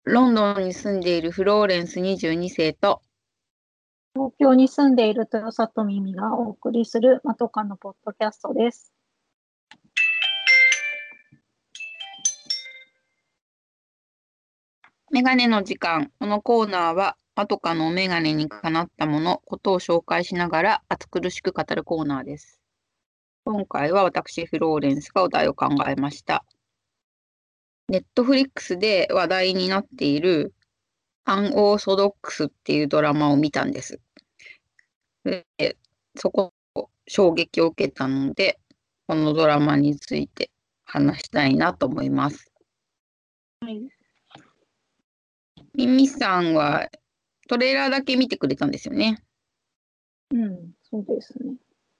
ロンドンに住んでいるフローレンス22世と、 東京に住んでいる豊里耳がお送りするまとかのポッドキャストです。 メガネの時間。このコーナーは、まとかのメガネにかなったもの、ことを紹介しながら暑苦しく語るコーナーです。今回は私、フローレンスがお題を考えました。ネットフリックスで話題になっているアンオーソドックスっていうドラマを見たんです。で、そこ衝撃を受けたので、このドラマについて話したいなと思います。 はい。 ミミさんはトレーラーだけ見てくれたんですよね。 そうですね。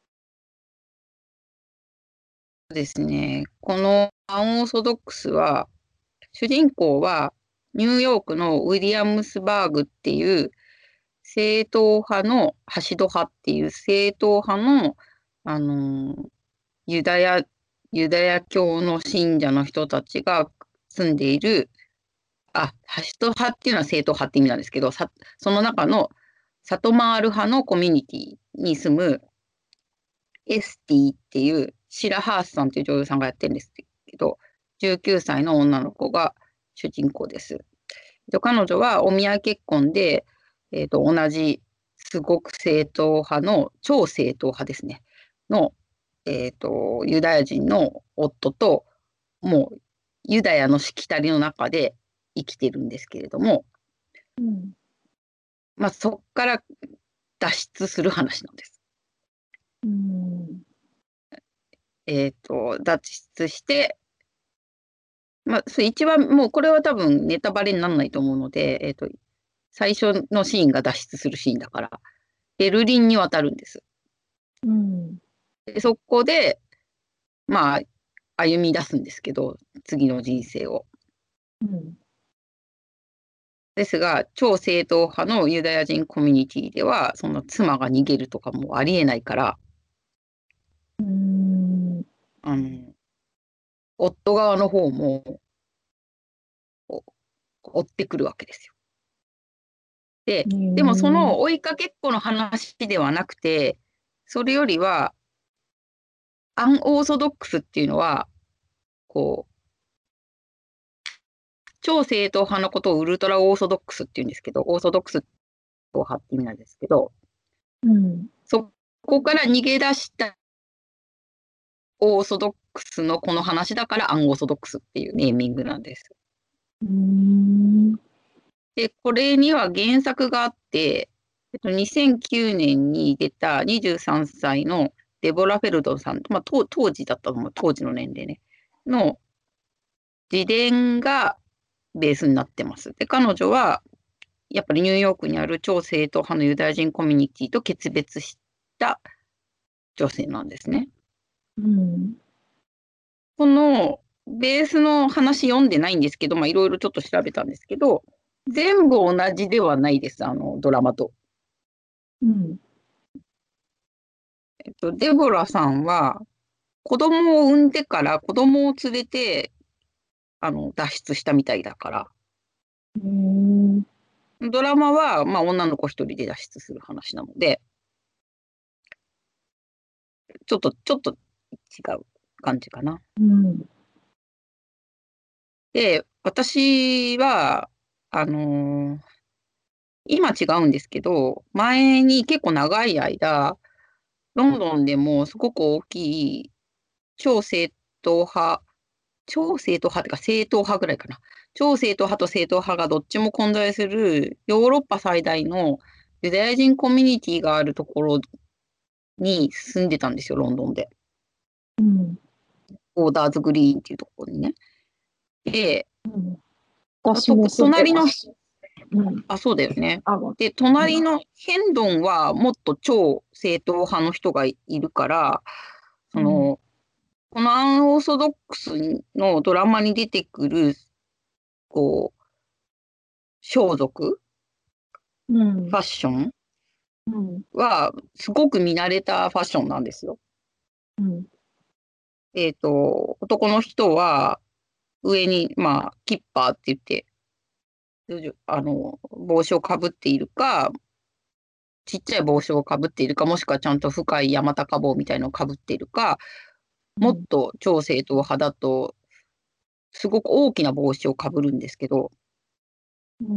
ですね。このアンオーソドックスは、主人公はニューヨークのウィリアムスバーグっていう正統派のハシド派っていう正統派の、あのユダヤ、ユダヤ教の信者の人たちが住んでいる、ハシド派っていうのは正統派って意味なんですけど、その中のサトマール派のコミュニティに住むエスティっていうシラ・ハースさんっていう女優さんがやってるんですけど、19歳の女の子が主人公です。彼女はお見合い結婚で、同じすごく正統派の超正統派ですねの、ユダヤ人の夫ともうユダヤのしきたりの中で生きてるんですけれども、 うん。 まあ、そこから脱出する話なんです。 うん。 脱出して、まあ、それ一番もうこれは多分ネタバレにならないと思うので、最初のシーンが脱出するシーンだから、ベルリンに渡るんです。 うん。 でそこで、まあ、歩み出すんですけど、次の人生を。 うん。 ですが、超正統派のユダヤ人コミュニティでは、その妻が逃げるとかもありえないから、 うん。 あの、夫側の方もこう追ってくるわけですよ。でもその追いかけっこの話ではなくて、それよりは、アンオーソドックスっていうのは、こう、超正統派のことをウルトラオーソドックスっていうんですけど、オーソドックス派って意味なんですけど、 うん。 そこから逃げ出したオーソドックスのこの話だからアンオーソドックスっていうネーミングなんです。 うん。 で、これには原作があって、2009年に出た23歳のデボラ・フェルドンさん、まあ、当時だったと思う、当時の年齢ね、の自伝がベースになってます。で、彼女は、やっぱりニューヨークにある超正統派のユダヤ人コミュニティと決別した女性なんですね。 うん。 このベースの話読んでないんですけど、まあいろいろちょっと調べたんですけど、全部同じではないです、ドラマと。 うん。 デボラさんは子供を産んでから子供を連れて、脱出したみたいだから、 うん。 ドラマは、まあ女の子一人で脱出する話なので、ちょっと違う感じかな。 うん。 で、私は、あのー今違うんですけど、前に結構長い間、ロンドンでもすごく大きい超正統派、超正統派っていうか正統派ぐらいかな。超正統派と正統派がどっちも混在するヨーロッパ最大のユダヤ人コミュニティがあるところに住んでたんですよ、ロンドンで。 うん。 オーダーズグリーンっていうところにね。で、 私も住んで隣の、 ます。うん。 そうだよね。 あ、 で、 うん。 隣のヘンドンはもっと超正統派の人がいるから、そうん。 の、このアンオーソドックスのドラマに出てくる、こう、装束、 うん。 ファッションうん。 は、すごく見慣れたファッションなんですよ。 うん。 男の人は、上に、まあ、キッパーって言って、 帽子をかぶっているか、ちっちゃい帽子をかぶっているか、もしくはちゃんと深い山高帽みたいのをかぶっているか、もっうん。 と超正統派だと、すごく大きな帽子をかぶるんですけど、 うん。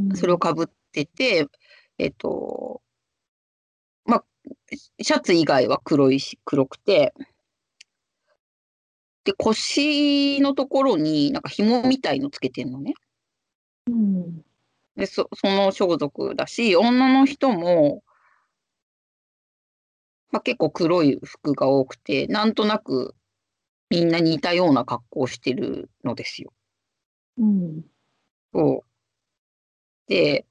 それをかぶってて、えっと、まあ、シャツ以外は黒くて、で、腰のところになんか紐みたいのつけてんのね。 うん。 で、その装束だし、女の人も、まあ、結構黒い服が多くて、なんとなくみんな似たような格好をしてるのですよ。 うん。 そうで、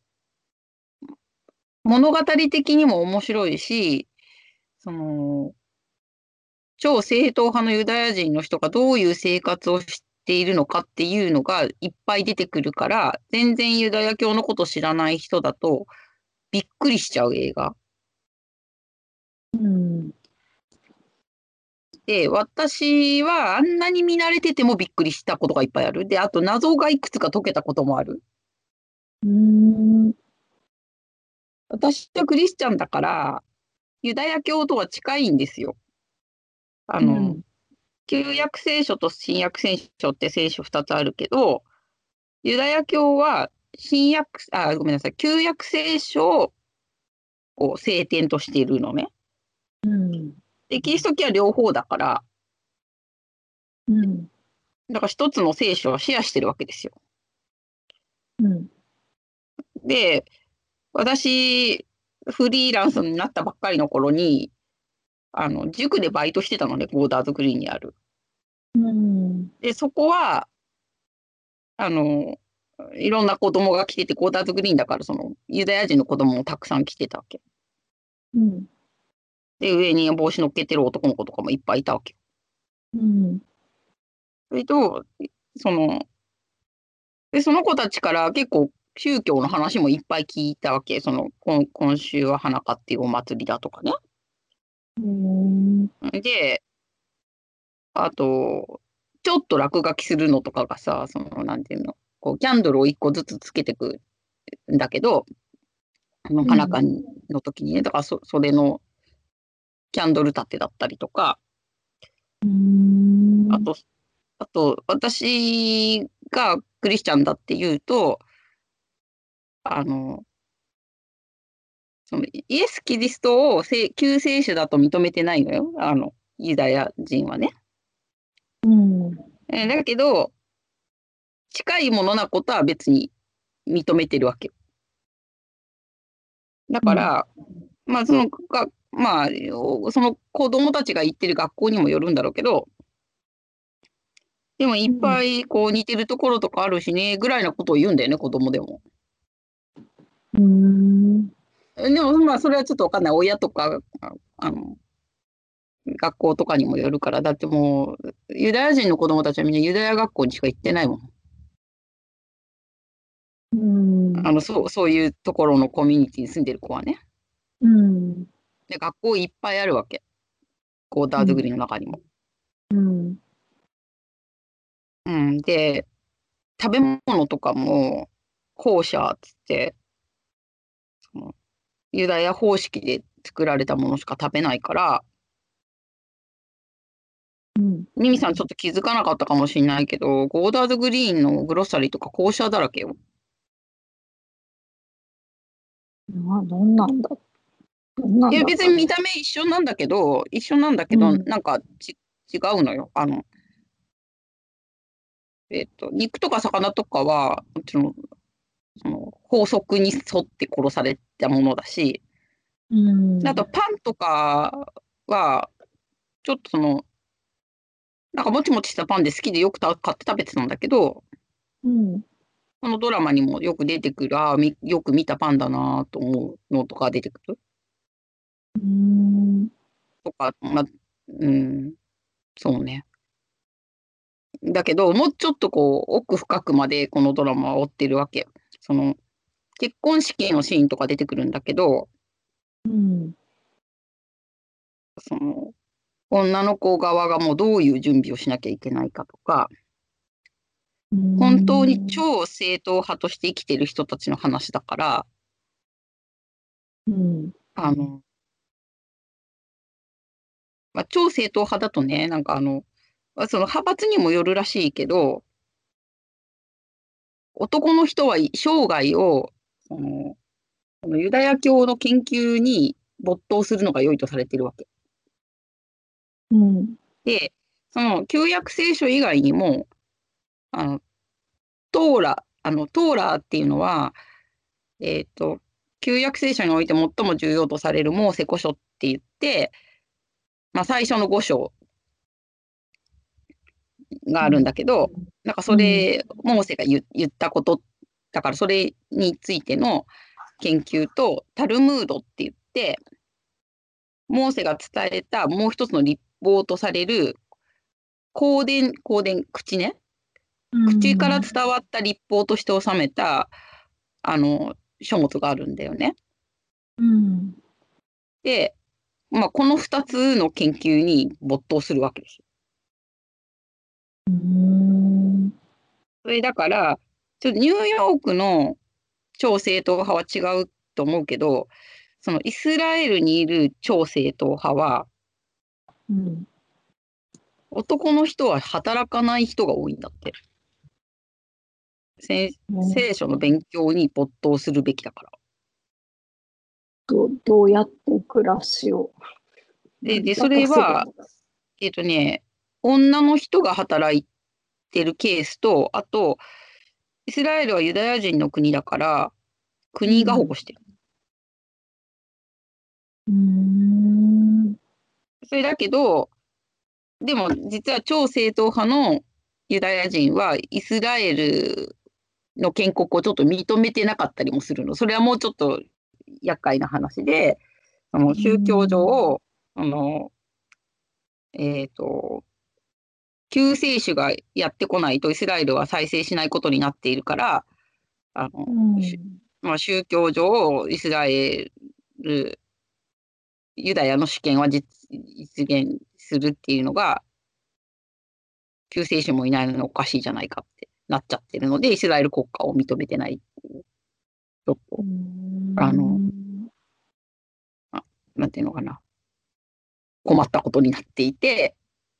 物語的にも面白いし、その、超正統派のユダヤ人の人がどういう生活をしているのかっていうのがいっぱい出てくるから、全然ユダヤ教のこと知らない人だとびっくりしちゃう映画。 うん。 で、私はあんなに見慣れててもびっくりしたことがいっぱいある。で、あと謎がいくつか解けたこともある。 うん。 私はクリスチャンだから、ユダヤ教とは近いんですよ。あの、 うん。 旧約聖書と新約聖書って聖書2つあるけど、ユダヤ教はごめんなさい、旧約聖書をこう聖典としているのね。 うん。 で、キリスト教は両方だから、 うん。 だから一つの聖書をシェアしてるわけですよ。 うん。 で、私、フリーランスになったばっかりの頃に、塾でバイトしてたのね、ボーダーズグリーンにある。 うん。 で、そこは、あの、いろんな子供が来てて、ボーダーズグリーンだから、ユダヤ人の子供もたくさん来てたわけ。 うん。 で、上に帽子乗っけてる男の子とかもいっぱいいたわけ。 うん。 それと、その、その子たちから結構宗教の話もいっぱい聞いたわけ。今週は花かっていうお祭りだとかね。 うん。 で、あと、ちょっと落書きするのとかがさ、なんていうの、こう、キャンドルを一個ずつつけてくんだけど、花かの時にね、だからそれのキャンドル立てだったりとか、 うん。 あと、私がクリスチャンだっていうと、あの、イエス・キリストを救世主だと認めてないのよ。ユダヤ人はね。 うん。 だけど、近いものなことは別に認めてるわけ。だうん。 から、まあ、まあ、その子供たちが行ってる学校にもよるんだろうけど、でもいっぱいこう似てるところとかあるしね、ぐらいなことを言うんだよね、子供でも。 うん。 でも、まあ、それはちょっとわかんない。親とか、あの、学校とかにもよるから、だってもう、ユダヤ人の子供たちはみんなユダヤ学校にしか行ってないもん。 うん。 そういうところのコミュニティに住んでる子はね。 うん。 で、学校いっぱいあるわけ。コーダうん。 ー作りの中にも。 うん。 うん。で、食べ物とかも、コーシャーっつって、そのユダヤ方式で作られたものしか食べないから、 うん。 ミミさんちょっと気づかなかったかもしれないけど、ゴーダーズグリーンのグロッサリーとかコーシャーだらけよ。 どんなんだ。どんないや、 んだったの？ 別に見た目一緒なんだけど、 うん。 なんか違うのよ。肉とか魚とかは、もちろん、法則に沿って殺されたものだし、 うん。 あとパンとかは、ちょっとなんかもちもちしたパンで好きでよく買って食べてたんだけど、 うん。 このドラマにもよく出てくる、よく見たパンだなと思うのとか出てくるうん。 とか、まあ、うん、そうね。だけど、もうちょっとこう、奥深くまでこのドラマは追ってるわけ。結婚式のシーンとか出てくるんだけど、 うん。 その、女の子側がもうどういう準備をしなきゃいけないかとか、 本当に超正統派として生きてる人たちの話だから、あの、超正統派だとね、その派閥にもよるらしいけど、男の人は生涯を、その、このユダヤ教の研究に没頭するのが良いとされているわけ。で、その旧約聖書以外にも、あの、トーラーっていうのは、えっと、旧約聖書において最も重要とされるモーセ五書って言って、最初の五章があるんだけど、それ、モーセが言ったことだから、それについての研究と、タルムードって言って、モーセが伝えたもう一つの立法とされる口ね。口から伝わった立法として収めた、書物があるんだよね。で、この二つの研究に没頭するわけですよ。それだから、ちょっとニューヨークの超正統派は違うと思うけど、そのイスラエルにいる超正統派は、男の人は働かない人が多いんだって。聖書の勉強に没頭するべきだから。 どうやって暮らしを。 で、それは、女の人が働いてるケースと、あと、イスラエルはユダヤ人の国だから、国が保護してる。それだけど、でも実は超正統派のユダヤ人はイスラエルの建国をちょっと認めてなかったりもするの。それはもうちょっと厄介な話で、宗教上、あの、えっと、救世主がやってこないとイスラエルは再生しないことになっているから、宗教上、イスラエル、ユダヤの主権は実現するっていうのが、救世主もいないのにおかしいじゃないかってなっちゃってるので、イスラエル国家を認めてないっていう、ちょっと、なんていうのかな、困ったことになっていて、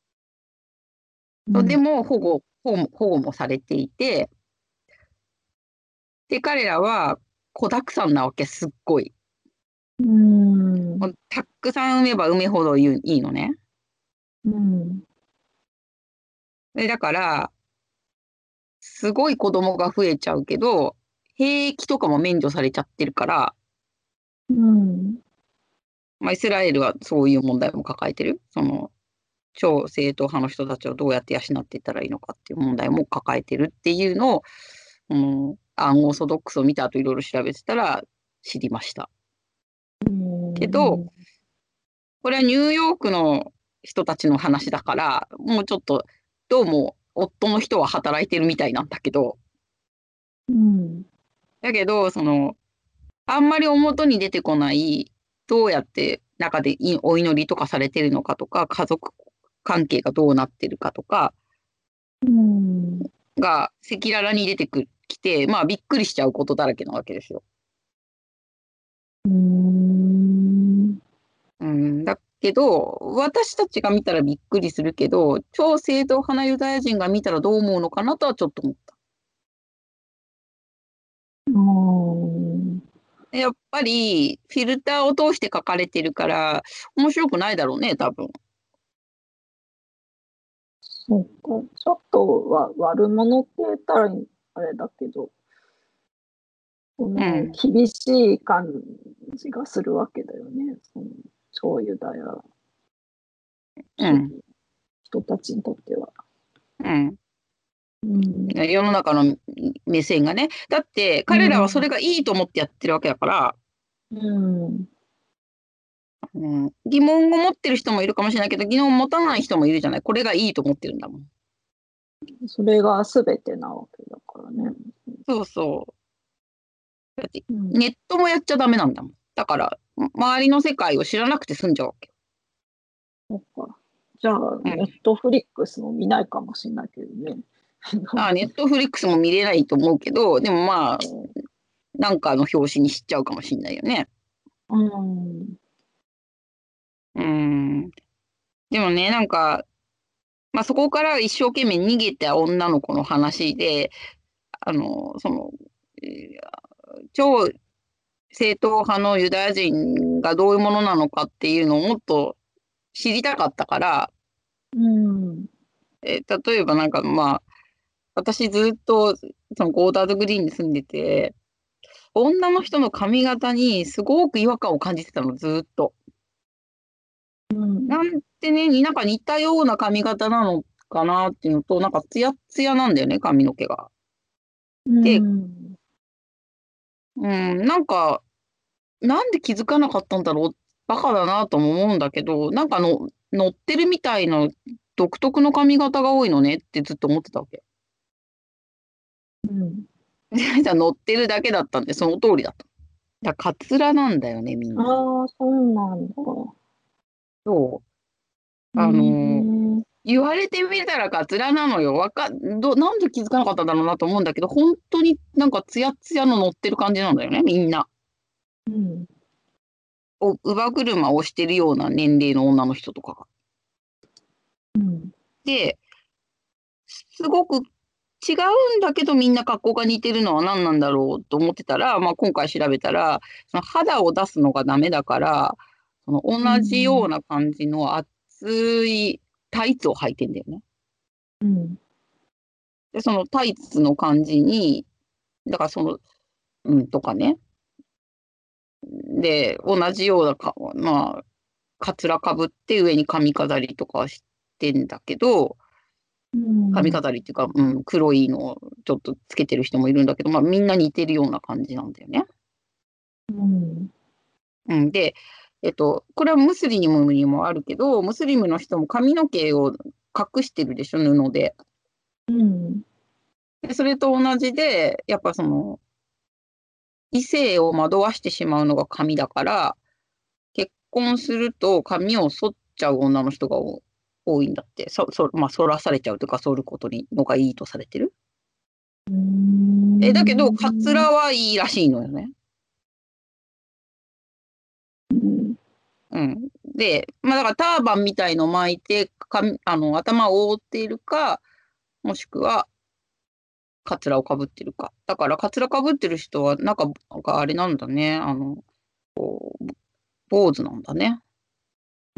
でも保護もされていて、で、彼らは子沢山なわけ、すっごい。たくさん産めば産めほどいいのね。だから、すごい子供が増えちゃうけど、兵役とかも免除されちゃってるから、イスラエルはそういう問題も抱えてる。超正統派の人たちをどうやって養っていったらいいのかっていう問題も抱えてるっていうのを、アンオーソドックスを見た後いろいろ調べてたら知りました。けど、これはニューヨークの人たちの話だから、もうちょっと、どうも夫の人は働いてるみたいなんだけど、だけど、あんまり表に出てこない、どうやって中でお祈りとかされてるのかとか、家族関係がどうなってるかとか、が赤裸々に出てきて、びっくりしちゃうことだらけなわけですよ。だけど、私たちが見たらびっくりするけど、超正統派なユダヤ人が見たらどう思うのかなとはちょっと思った。やっぱり、フィルターを通して書かれてるから、面白くないだろうね、多分。 そうか。ちょっとは悪者って言ったらあれだけど、厳しい感じがするわけだよね。超ユダヤ人たちにとっては。 世の中の目線がね。だって、彼らはそれがいいと思ってやってるわけだから、疑問を持ってる人もいるかもしれないけど、疑問を持たない人もいるじゃない。これがいいと思ってるんだもん。 それが全てなわけだからね。 そうそう。だってネットもやっちゃダメなんだもん。だから、周りの世界を知らなくて済んじゃうわけ。 そっか。じゃあ、ネットフリックスも見ないかもしれないけどね。 ネットフリックスも見れないと思うけど、でもまあ、なんかの表紙にしちゃうかもしんないよね。 うん。 うん。でもね、なんか、まあそこから一生懸命逃げた女の子の話で、その、えー超正統派のユダヤ人がどういうものなのかっていうのをもっと知りたかったから、 うん。 例えばなんかまあ、私ずっとそのゴーダーズグリーンに住んでて、女の人の髪型にすごく違和感を感じてたの、ずっと。 うん。 なんてね、なんか似たような髪型なのかなっていうのと、なんかツヤツヤなんだよね、髪の毛が。 うで、 ん。 うん、なんか、なんで気づかなかったんだろう、バカだなとも思うんだけど、なんか乗ってるみたいな独特の髪型が多いのねってずっと思ってたわけ。 うん。 じゃあ乗ってるだけだったんで、その通りだった。だからカツラなんだよね、みんな。 ああ、そうなんだ。 そう。 うん。 言われてみたらカツラなのよ。なんで気づかなかったんだろうなと思うんだけど、本当になんかツヤツヤの乗ってる感じなんだよね、みんな。 うん。 乳母車をしてるような年齢の女の人とかが。 うん。 で、すごく違うんだけどみんな格好が似てるのは何なんだろうと思ってたら、まあ、今回調べたら、その肌を出すのがダメだから、そのう同じようん。 な感じの厚いタイツを履いてんだよね。 うん。 で、そのタイツの感じに、だからとかね。で、同じようなまあ、かつらかぶって上に髪飾りとかしてんだけど、 う髪ん。 飾りっていうか、黒いのをちょっとつけてる人もいるんだけど、まあみんな似てるような感じなんだよね。 うん。 で、これはムスリムにもあるけど、ムスリムの人も髪の毛を隠してるでしょ、布で。 うん。 で、それと同じで、やっぱ異性を惑わしてしまうのが髪だから、結婚すると髪を剃っちゃう女の人が多いんだって。まあ、剃らされちゃうというか、剃ることのがいいとされてる。 うん。 だけど、カツラはいいらしいのよね。 うん。 うん。で、まあ、だからターバンみたいの巻いて、頭を覆っているか、もしくは、カツラをかぶってるか。だから、カツラかぶってる人は、なんかあれなんだね。坊主なんだね。 うん。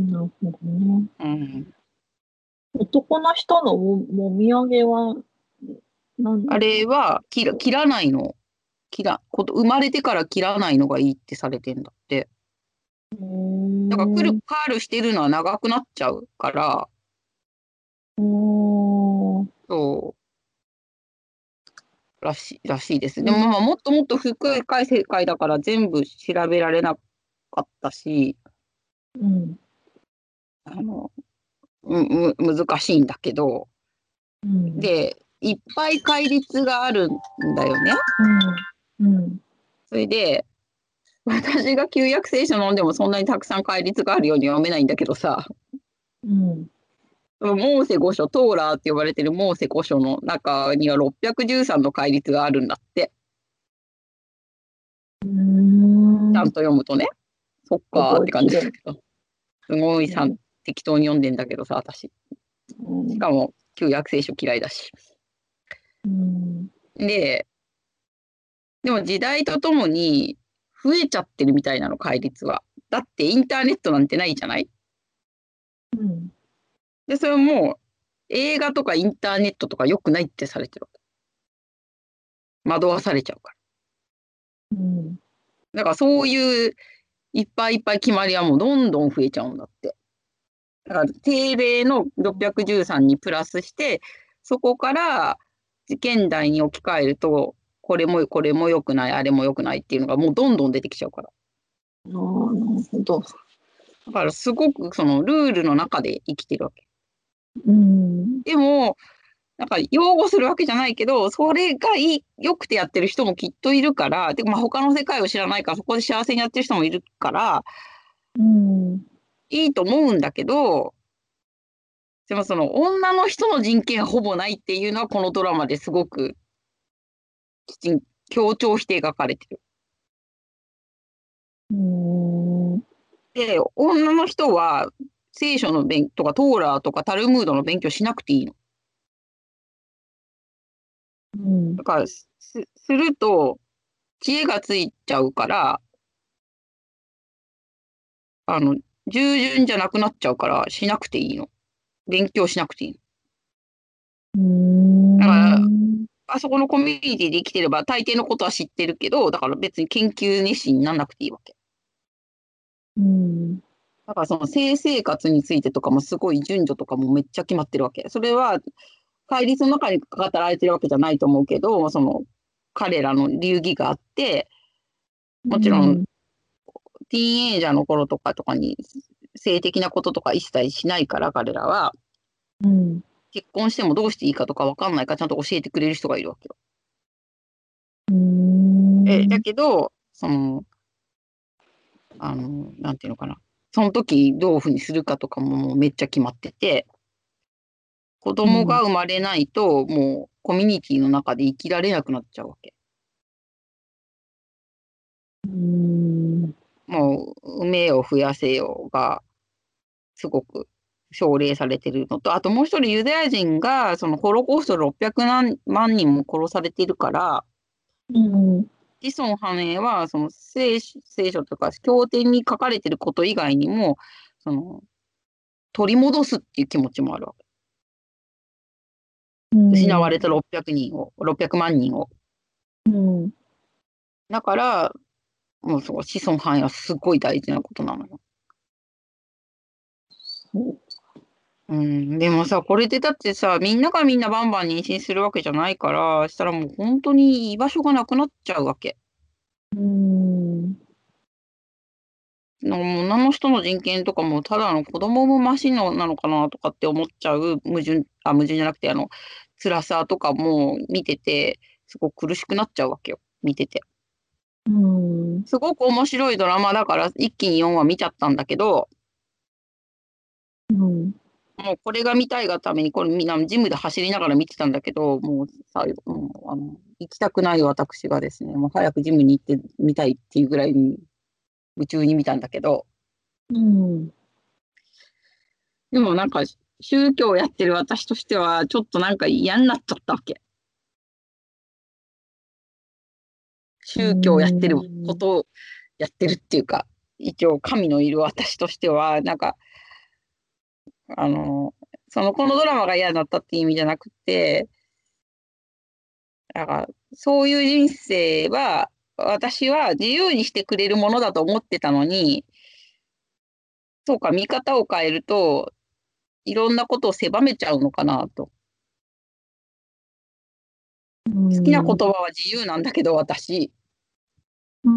なるほどね。 うん。 男の人のもみあげは何あなんだ。 れは、切らないの。生まれてから切らないのがいいってされてんだって。 へえ。 だからカールしてるのは長くなっちゃうから、 おー。 そうらしいです。でもうん。 まあ、もっともっと深い世界だから全部調べられなかったし、 うん。 あの、難しいんだけど、 うん。 で、いっぱい戒律があるんだよね。 うん。うん。 それで、私が旧約聖書飲んでもそんなにたくさん戒律があるように読めないんだけどさ、 うん。 モーセ五書、トーラーって呼ばれてるモーセ五書の中には613の戒律があるんだって。 うん。 ちゃんと読むとね。そっすごかーって感い綺麗。 じだけど。すごいうん。 適当に読んでんだけどさ、私。 うん。 しかも、旧約聖書嫌いだし。 うん。 で、でも時代とともに増えちゃってるみたいなの、戒律は。だってインターネットなんてないじゃない。 うん。 で、それも映画とかインターネットとか良くないってされてるわけ。惑わされちゃうから。 うん。 だからそういういっぱいいっぱい決まりはもうどんどん増えちゃうんだって。だから定例の613にプラスして、そこから現代に置き換えると、これも良くない、あれも良くないっていうのがもうどんどん出てきちゃうから。 ああ、なるほど。 だからすごくそのルールの中で生きてるわけ。 うん。 でも、なんか擁護するわけじゃないけど、それが良くてやってる人もきっといるから、で、まあ他の世界を知らないから、そこで幸せにやってる人もいるから、 うん。 いいと思うんだけど、 でもその女の人の人権はほぼないっていうのはこのドラマですごくきちん強調して描かれてる。 うーん。 で、女の人は聖書の勉とかトーラーとかタルムードの勉強しなくていいの。 うん。 だからすると知恵がついちゃうから、あの、従順じゃなくなっちゃうからしなくていいの。勉強しなくていいの。 うーだから、 ん。 あそこのコミュニティで生きてれば大抵のことは知ってるけど、だから別に研究熱心にならなくていいわけ。 うん。 だからその性生活についてとかもすごい順序とかもめっちゃ決まってるわけ。それは戒律の中に語られてるわけじゃないと思うけど、その彼らの流儀があって、 うもちろんん。 ティーンエイジャーの頃とかに性的なこととか一切しないから彼らは、 うん。 結婚してもどうしていいかとかわかんないからちゃんと教えてくれる人がいるわけよ。 うーん。 だけど、なんていうのかな。その時どういうふうにするかとかももうめっちゃ決まってて、子供が生まれないともうコミュニティの中で生きられなくなっちゃうわけ。 うん。 もう、産めよ増やせよがすごく奨励されてるのと、あともう一人ユダヤ人が、そのホロコースト600万人も殺されているから、 うん。 子孫繁栄は、その聖書とか経典に書かれていること以外にも、その、取り戻すっていう気持ちもあるわけ。 うん。 失われた600万人を。 うん。 だから、もうそう、子孫繁栄はすごい大事なことなのよ。 そう。 うん、でもさ、これでだってさ、みんながみんなバンバン妊娠するわけじゃないから、したらもう本当に居場所がなくなっちゃうわけ。 うん。 もう女の人の人権とかもただの子供を産むマシンのなのかなとかって思っちゃう矛盾じゃなくて、辛さとかも見てて、すごく苦しくなっちゃうわけよ。見てて。 うん。 すごく面白いドラマだから一気に4話見ちゃったんだけど、 うん。 もうこれが見たいがために、これみんなジムで走りながら見てたんだけど、もう最後、もう行きたくない私がですね、もう早くジムに行ってみたいっていうぐらいに夢中に見たんだけど、 うん。 でもなんか宗教をやってる私としては、ちょっとなんか嫌になっちゃったわけ。 う宗教をやってるこん。 とをやってるっていうか、一応神のいる私としては、なんか、あの、このドラマが嫌になったっていう意味じゃなくて、なんか、そういう人生は、私は自由にしてくれるものだと思ってたのに、そうか、見方を変えると、いろんなことを狭めちゃうのかなと。 う好きな言ん。 葉は自由なんだけど、私、 うん。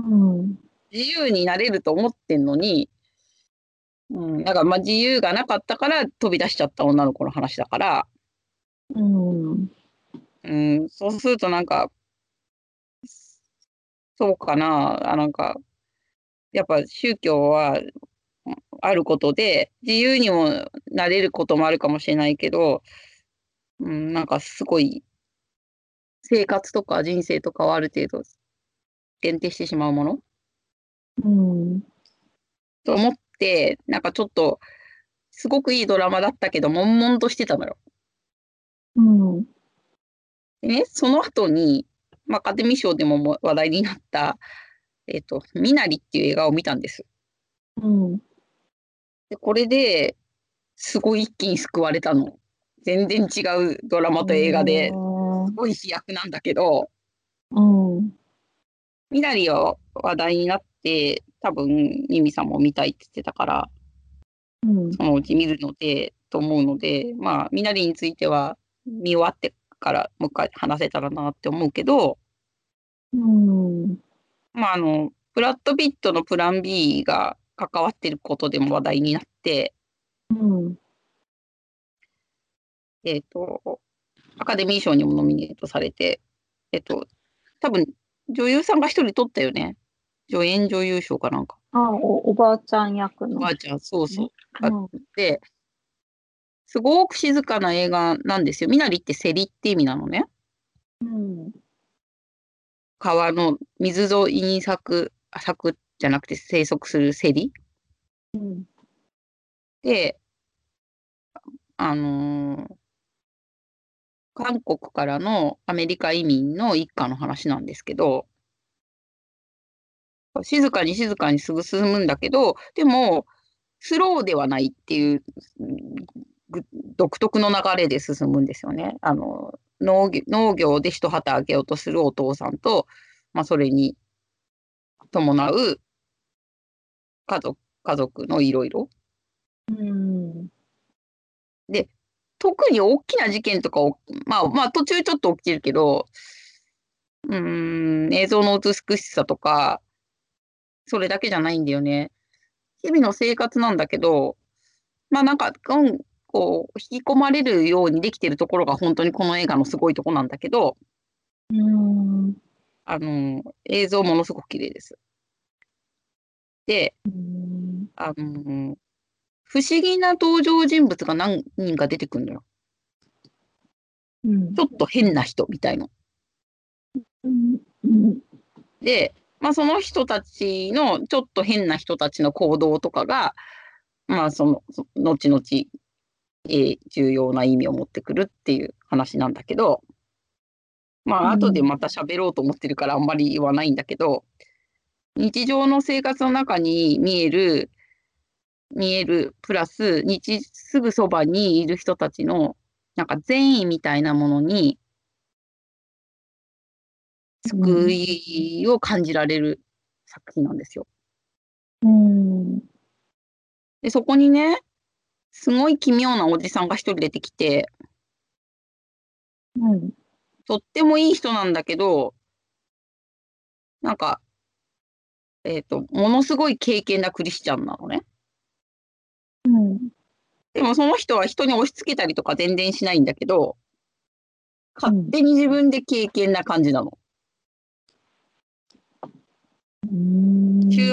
自由になれると思ってんのに、なんかまあ自由がなかったから飛び出しちゃった女の子の話だから、 うん。 そうするとなんか、そうかな、なんか、やっぱ宗教はあることで、自由にもなれることもあるかもしれないけど、なんかすごい生活とか人生とかをある程度限定してしまうものうん。 と思って、なんかちょっと、すごくいいドラマだったけど、悶々としてたのよ。 うん。 でね、その後に、まあ、アカデミー賞でも話題になった、ミナリっていう映画を見たんです。 うん。 で、これですごい一気に救われたの。全然違うドラマと映画ですごい飛躍なんだけど、 うん。 ミナリは話題になって、多分、ミミさんも見たいって言ってたから、 うん。 そのうち見るので、と思うので、まあ、ミナリについては見終わってからもう一回話せたらなって思うけど、 うん。 まあ、ブラッド・ピットのプラン B が関わっていることでも話題になって、 うん。 えっと、アカデミー賞にもノミネートされて、えっと、多分、女優さんが一人取ったよね。助演女優賞かなんか。 あ、おばあちゃん役の人おばあちゃん、そうそう。 ね。 あっうん。 て、 すごく静かな映画なんですよ。身なりってセリって意味なのね。 うん。 川の水沿いに咲くじゃなくて生息するセリ。 うん。 で、あのー韓国からのアメリカ移民の一家の話なんですけど、静かに静かにすぐ進むんだけど、でも、スローではないっていう独特の流れで進むんですよね。農業で一旗あげようとするお父さんと、まあ、それに伴う家族のいろいろ。 うん。 で、特に大きな事件とかまあ途中ちょっと起きるけど、映像の美しさとか、それだけじゃないんだよね。日々の生活なんだけど、まあなんか、こう、引き込まれるようにできてるところが本当にこの映画のすごいとこなんだけど、 うん。 映像ものすごく綺麗です。で、 うん。 不思議な登場人物が何人か出てくるのよ。 うん。 ちょっと変な人みたいの。 うん。 で、まあその人たちの、ちょっと変な人たちの行動とかが、まあ後々、重要な意味を持ってくるっていう話なんだけど、まあ後でまた喋ろうと思ってるからあんまり言わないんだけど、日常の生活の中に見える、プラス、すぐそばにいる人たちの、なんか善意みたいなものに救いを感じられる作品なんですよ。 うん。 で、そこにね、すごい奇妙なおじさんが一人出てきて、 うん。 とってもいい人なんだけど、なんか、ものすごい敬虔なクリスチャンなのね。 うん。 でもその人は人に押し付けたりとか全然しないんだけど、勝うん。 手に自分で敬虔な感じなの。 うん。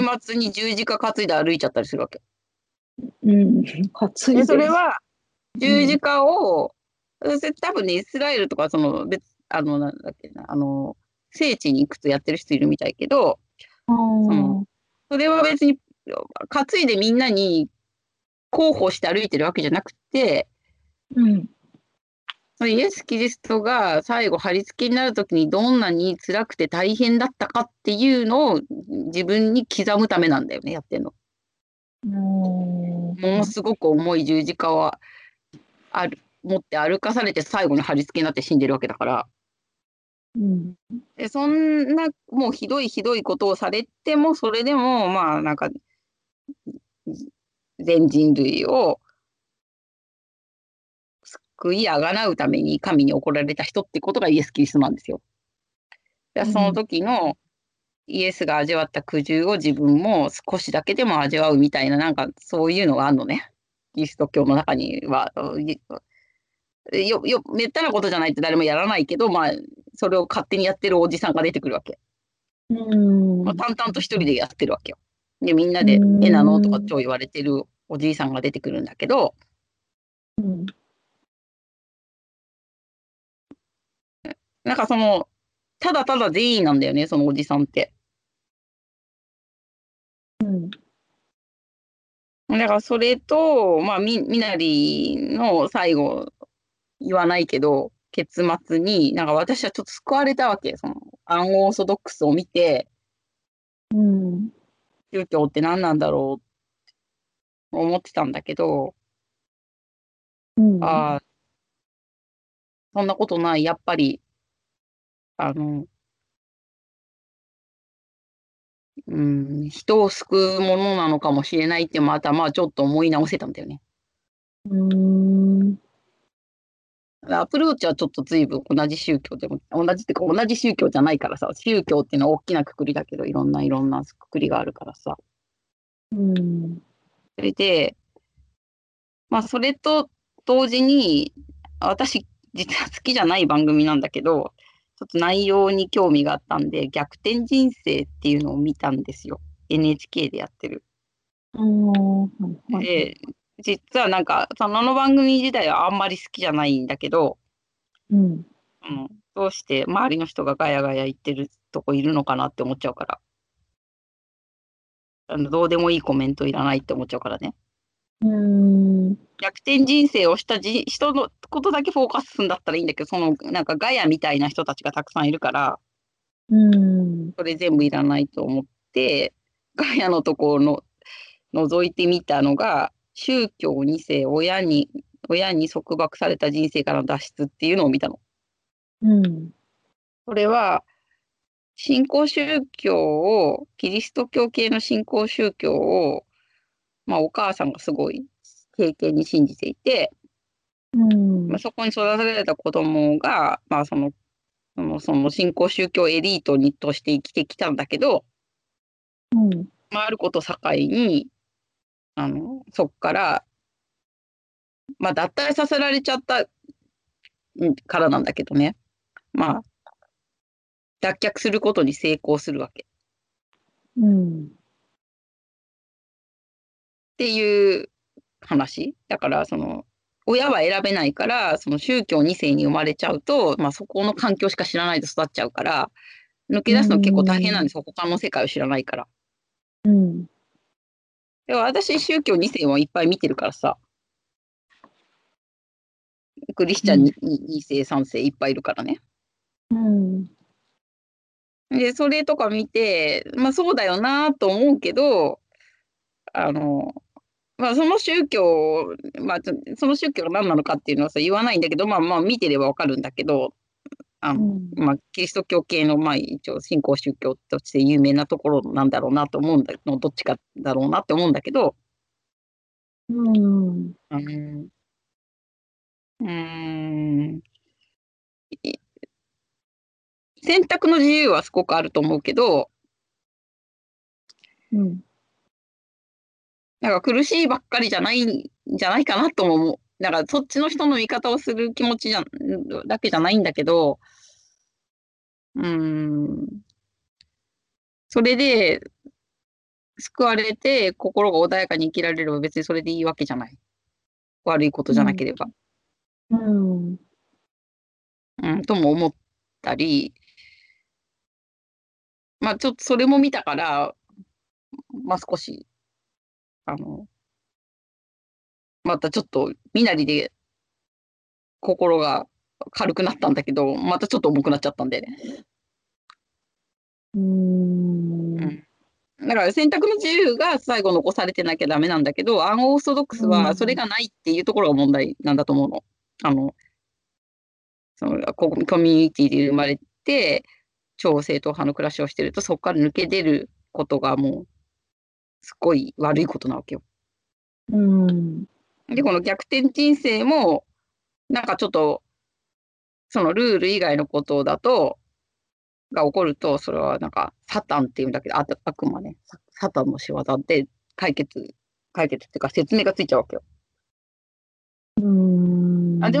週末に十字架担いで歩いちゃったりするわけ。 うん。担で、 いで。 それは十字うん。 架を、多分ね、イスラエルとか、なんだっけな、聖地に行くとやってる人いるみたいけど、 あその、 あ。 それは別に、担いでみんなに広報して歩いてるわけじゃなくて、 うん。 イエス・キリストが最後貼り付けになるときにどんなに辛くて大変だったかっていうのを自分に刻むためなんだよね、やってんの。 うん。 ものすごく重い十字架は持って歩かされて最後に貼り付けになって死んでるわけだから。 うん。 で、そんなもうひどいひどいことをされても、それでもまあなんか全人類を救いあがなうために神に怒られた人ってことがイエス・キリストなんですよ。でその時のイエスが味わった苦渋を自分も少しだけでも味わうみたいな、なんかそういうのがあるのね。キリスト教の中には。めったなことじゃないって誰もやらないけど、まあ、それを勝手にやってるおじさんが出てくるわけ。 うん。 淡々と一人でやってるわけよ。で、みんなうで、なのとかん。 超言われてるおじいさんが出てくるんだけど、 うん。 なんかただただ善意なんだよね、そのおじさんって。 うん。 だからそれと、まあ、みなりの最後、言わないけど、結末に、なんか私はちょっと救われたわけ。アンオーソドックスを見て、 うん。 宗教って何なんだろうと思ってたんだけど、 うん。 ああ、そんなことない。やっぱり、あの、人を救うものなのかもしれないって、またまあちょっと思い直せたんだよね。 うん。 アプローチはちょっと随分同じ宗教でも、同じっていうか同じ宗教じゃないからさ、宗教っていうのは大きなくくりだけど、いろんなくくりがあるからさ。 うん。 それで、まあそれと同時に、私実は好きじゃない番組なんだけど、ちょっと内容に興味があったんで、逆転人生っていうのを見たんですよ。NHK でやってる。 ああ、はいはい。 で、 実はなんか、その番組自体はあんまり好きじゃないんだけど、 うん。 どうして周りの人がガヤガヤ言ってるとこいるのかなって思っちゃうから、どうでもいいコメントいらないって思っちゃうからね。 うん。 逆転人生をした人のことだけフォーカスするんだったらいいんだけど、なんかガヤみたいな人たちがたくさんいるから、 うん。 それ全部いらないと思って、ガヤのところの覗いてみたのが、宗教2世、親に束縛された人生からの脱出っていうのを見たの。 うん。 これは、新興宗教キリスト教系の新興宗教を、まあお母さんがすごい経験に信じていて、 うん。 そこに育てられた子供が、まあその新興宗教エリートにとして生きてきたんだけど、 うん。 まあ、あることを境に、そっから、まあ、脱退させられちゃったからなんだけどね。まあ、脱却することに成功するわけ。っうん。 ていう話。だから、親は選べないから、その宗教2世に生まれちゃうと、まあ、そこの環境しか知らないで育っちゃうから、抜けう出すの結構大変なんでん。 すよ。他の世界を知らないから。 うん。 でも私、宗教2世はいっぱい見てるからさ、クリスチャンに2世、3世いっぱいいるからね。 うん。 で、それとか見て、まあそうだよなと思うけど、あの、まあその宗教、まあその宗教が何なのかっていうのはさ言わないんだけど、まあまあ見てればわかるんだけど、 うん。 まあキリスト教系のまあ一応新興宗教として有名なところなんだろうなと思うんだけど、どっちかだろうなって思うんだけど、 うん。 うん、うーん、選択の自由はすごくあると思うけど、 うん。 なんか苦しいばっかりじゃないかなとも思う。だからそっちの人の味方をする気持ちだけじゃないんだけど、うーん、それで救われて心が穏やかに生きられれば別にそれでいいわけじゃない。悪いことじゃなければ。 うん。 とも思ったり、まあちょっとそれも見たから、まあ少し、あの、またちょっと身なりで心が軽くなったんだけど、またちょっと重くなっちゃったんでね。 うん。 うん。だから選択の自由が最後残されてなきゃダメなんだけど、アンオーソドックスはそれがないっていうところが問題なんだと思うの。あの、コミュニティで生まれて、超正統派の暮らしをしてると、そこから抜け出ることがもう、すっごい悪いことなわけよ。 うん。 で、この逆転人生も、なんかちょっと、そのルール以外のことだと、が起こると、それはなんか、サタンっていうんだけど、悪魔ね、サタンの仕業で解決っていうか説明がついちゃうわけよ。 うん。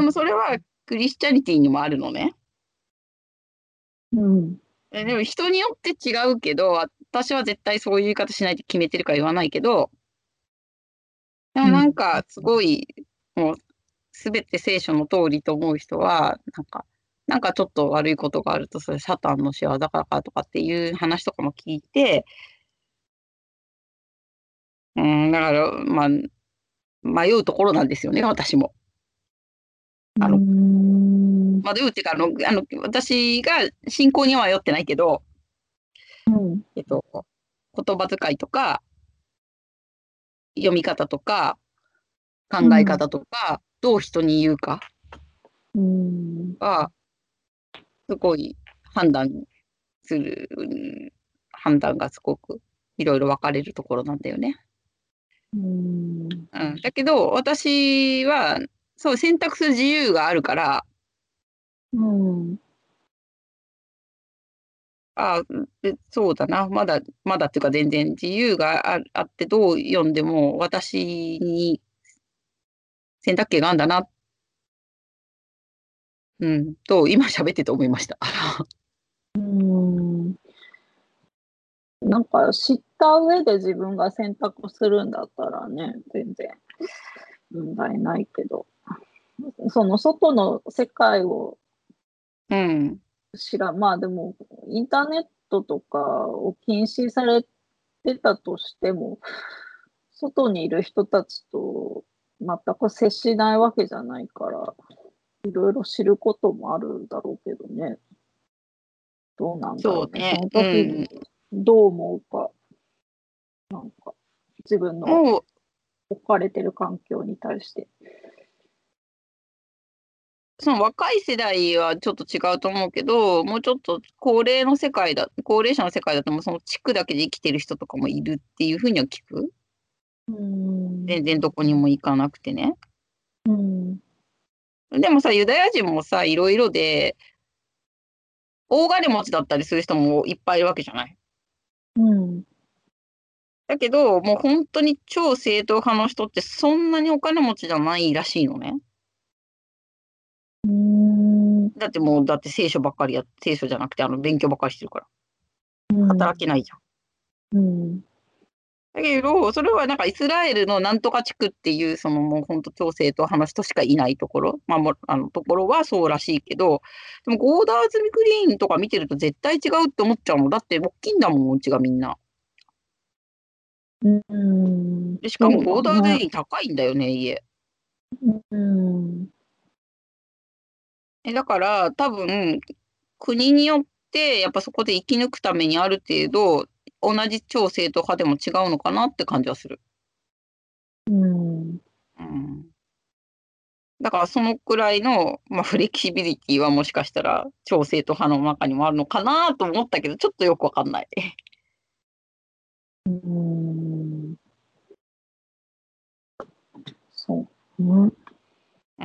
でもそれはクリスチャニティにもあるのね。 うん。 でも人によって違うけど、私は絶対そういう言い方しないって決めてるから言わないけど、でもうん。 なんかすごい、もうすべて聖書の通りと思う人は、なんかちょっと悪いことがあると、それサタンの仕業だからとかっていう話とかも聞いて、だから、まあ、迷うところなんですよね、私も。 うあの、 ん。 迷うっていうか、私が信仰には迷ってないけど、 うん。 えっと、言葉遣いとか、読み方とか、考え方とか、どう人に言うかうん。 は、すごい判断する、判断がすごくいろいろ分かれるところなんだよね。 うん。 だけど、私は、そう、選択する自由があるから、 うん。 そうだな、まだっていうか全然自由があってどう読んでも私に選択権があるんだな、と今喋ってて思いました。 うん。 なんか知った上で自分が選択するんだったらね、全然問題ないけど、その外の世界をうん。 まあでも、インターネットとかを禁止されてたとしても、外にいる人たちと全く接しないわけじゃないから、いろいろ知ることもあるだろうけどね。どうなんだろうね。そそうね。 のう時にん。 どう思うか、なんか自分のもう、 置かれてる環境に対して。 その若い世代はちょっと違うと思うけど、もうちょっと高齢者の世界だともうその地区だけで生きてる人とかもいるっていうふうには聞く。 うん。 全然どこにも行かなくてね。 うん。 でもさ、ユダヤ人もさ、いろいろで、大金持ちだったりする人もいっぱいいるわけじゃない。 うん。 だけど、もう本当に超正統派の人ってそんなにお金持ちじゃないらしいのね。 うん。 だって聖書じゃなくて勉強ばっかりしてるから。 うん。 働けないじゃん。 うん。 だけど、それはなんかイスラエルのなんとか地区っていう、そのもう本当超正統派の人しかいないところ、まあ、ところはそうらしいけど、でもゴーダーズグリーンとか見てると絶対違うって思っちゃうの。だって大きいんだもん、お家がみんな。 うん。 で、しかもそうゴーダーズグだね。 リーン高いんだよね、家。 うん。 だから多分、国によってやっぱそこで生き抜くためにある程度、同じ超正統派でも違うのかなって感じはする。 うん。 うん。だからそのくらいの、まあ、フレキシビリティはもしかしたら超正統派の中にもあるのかなと思ったけど、ちょっとよくわかんない。 うん。そうね。 うん。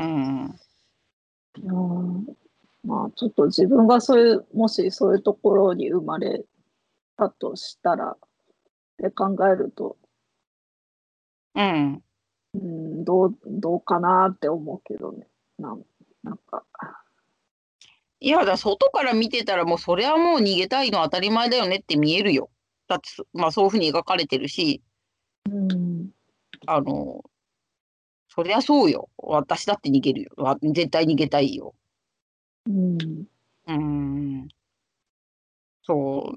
いやー、まあ、ちょっと自分がもしそういうところに生まれたとしたら、って考えると、 うん。 うん、どうかなって思うけどね。なんか、 いや、外から見てたらもうそれはもう逃げたいのは当たり前だよねって見えるよ。だってまあそういうふうに描かれてるし、 うん、 あの、そりゃそうよ。私だって逃げるよ。絶対逃げたいよ。 うん、 うん。そう。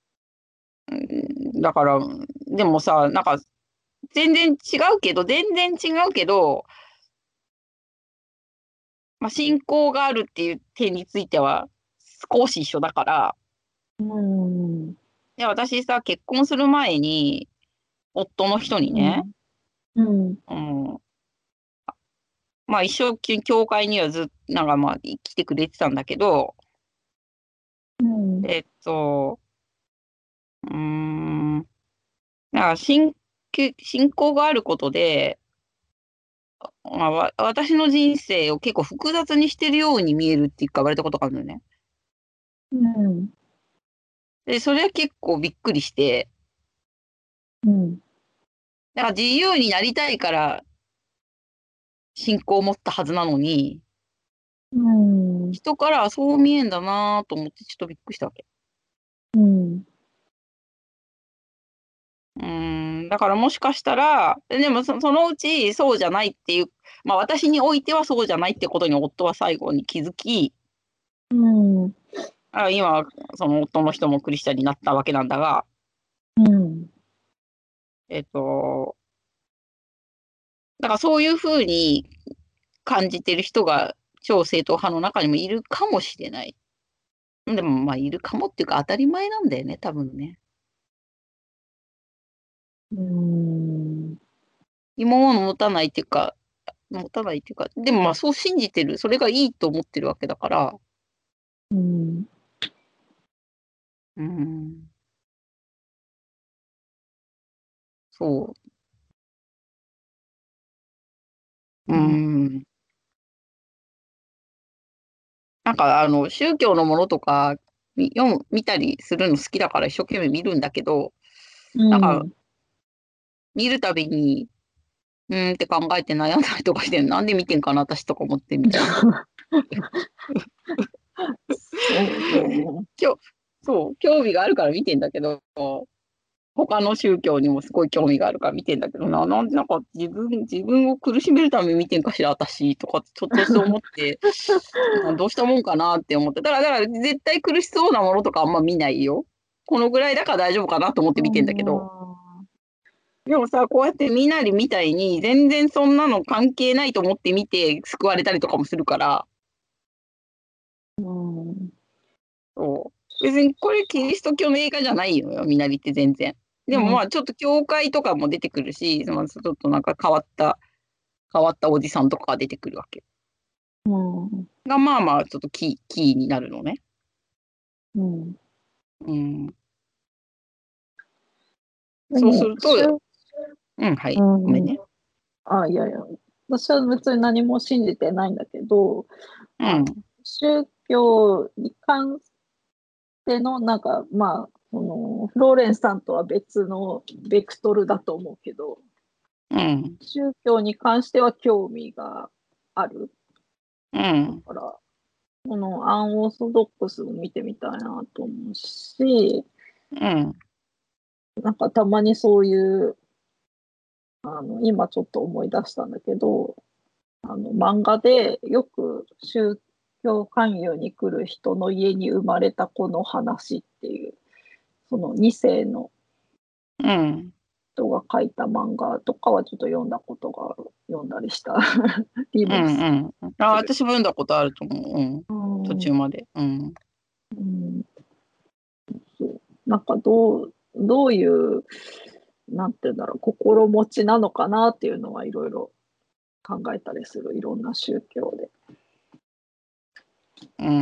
だから、でもさ、なんか全然違うけど、まあ、信仰があるっていう点については少し一緒だから、 うん、 で、私さ、結婚する前に、夫の人にね、 うん、うん、 うん、まあ一生教会にはなんかまあ来てくれてたんだけど、 うん、 えっと、うーん、なんか信仰があることで、まあ、私の人生を結構複雑にしてるように見えるって言われたことがあるのね。 うん、 で、それは結構びっくりして、 うん、 だから自由になりたいから信仰を持ったはずなのに、 うん、 人からはそう見えんだなと思ってちょっとびっくりしたわけ。 うん、 だからもしかしたら、でもそのうちそうじゃないっていう、まあ私においてはそうじゃないってことに夫は最後に気づき、 うん、 今、その夫の人もクリスチャンになったわけなんだが、 うん、 えっと、だからそういうふうに感じてる人が超正統派の中にもいるかもしれない。でもまあいるかもっていうか当たり前なんだよね、多分ね。 うん、 疑問を持たないっていうか、持たないっていうか、でもまあそう信じてる、それがいいと思ってるわけだから、 うん、 うん、そう、なんか宗教のものとか見たりするの好きだから一生懸命見るんだけど、 うなんかん。 見るたびに、って考えて悩んだりとかして、なんで見てんかな、私とか思ってみたり。 そうね。 今日、 そう、興味があるから見てんだけど、他の宗教にもすごい興味があるから見てんだけどなんでなんか自分を苦しめるために見てんかしら、私とかってちょっとそう思って、どうしたもんかなって思って。だから絶対苦しそうなものとかあんま見ないよ。このぐらいだから大丈夫かなと思って見てんだけど。でもさ、こうやってみなりみたいに全然そんなの関係ないと思って見て救われたりとかもするから、 うん。 そう。別にこれキリスト教の映画じゃないのよ、みなりって全然。でもうん。 まあちょっと教会とかも出てくるし、そのちょっとなんか変わったおじさんとかが出てくるわけ。 うん。 がまあまあちょっとキーになるのね。 うん。 うん。そうすでも、 ると、うん、はい、ごめんうん。 ね。 いやいや、私は別に何も信じてないんだけど、 うん、 宗教に関しての、フローレンスさんとは別のベクトルだと思うけど、 うん、 宗教に関しては興味がある。 うん、 だから、このアンオーソドックスを見てみたいなと思うし、 うん、 なんかたまにそういう、今ちょっと思い出したんだけど、漫画でよく宗教勧誘に来る人の家に生まれた子の話っていう、その2世のうん、 人が書いた漫画とかはちょっと読んだことがある。読んだりしたりうん、 もすうん。あ、 る。 私も読んだことあると思う。うん。 うん、 途中まで。うん。 うん、そうなんかどういう、なんていうんだろう、心持ちなのかなっていうのはいろいろ考えたりする。いろんな宗教で。 うん。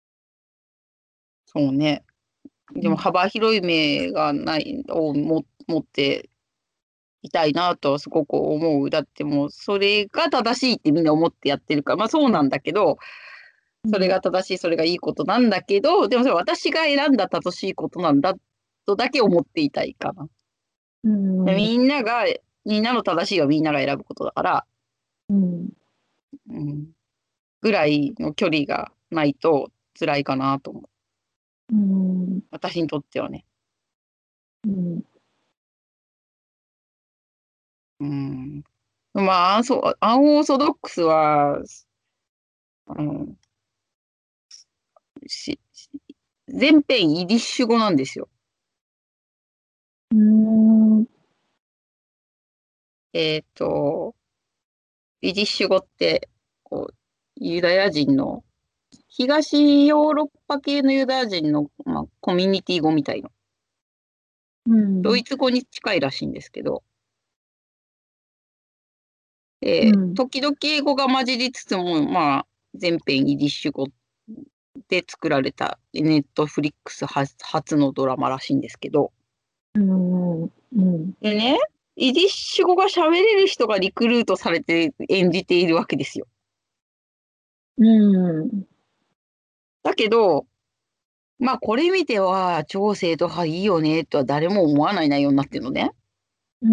そうね。でもうん、 幅広い目がないを持っていたいなとはすごく思う。だってもうそれが正しいってみんな思ってやってるから、まあそうなんだけど、それうん、 が正しい、それがいいことなんだけど、でもそれは私が選んだ正しいことなんだとだけ思っていたいかな。 うん、 みんなが、みんなの正しいはみんなが選ぶことだから、 うん、 うん、ぐらいの距離がないと辛いかなと思う。 うん、 私にとってはね。 うん、 うん。まあ、そう、アンオーソドックスは、うん、全編イディッシュ語なんですよ。 うん、 えっと、イディッシュ語って、こう、ユダヤ人の、東ヨーロッパ系のユダヤ人の、まあ、コミュニティ語みたいな、 うん、 ドイツ語に近いらしいんですけど、 うん時々英語が混じりつつも、まあ、全編イディッシュ語で作られたネットフリックス初のドラマらしいんですけど、 うん、うん、 でね、イディッシュ語が喋れる人がリクルートされて演じているわけですよ。 うん、 だけど、まあこれ見ては超正統派いいよねとは誰も思わない内容になってるのね。 うん、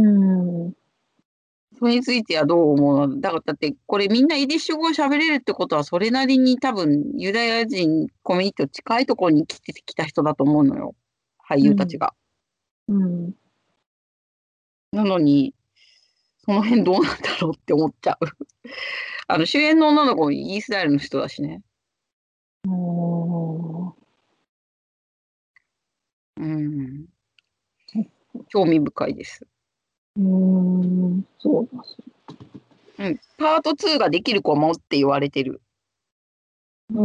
それについてはどう思うの？だってこれみんなイディッシュ語を喋れるってことはそれなりに多分ユダヤ人コミュニティと近いところに来てきた人だと思うのよ。俳うん、 優たちが。 うん、 なのに、その辺どうなんだろうって思っちゃう。主演の女の子もイスラエルの人だしね。うん。興味深いです。 そうだし。 うん。パート2ができる子もって言われてる。 うん、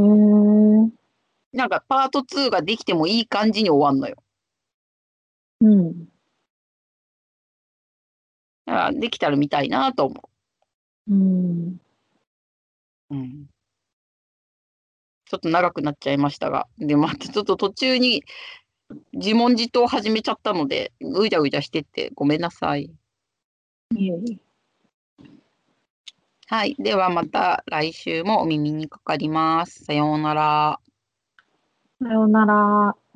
なんかパート2ができてもいい感じに終わんのよ。 うん、 だからできたら見たいなと思うん。 う。うん。ちょっと長くなっちゃいましたが。で、またちょっと途中に自問自答始めちゃったので、ぐちゃぐちゃしてってごめんなさい。 いえいえ。 はい。ではまた来週もお耳にかかります。さようなら。 さようなら。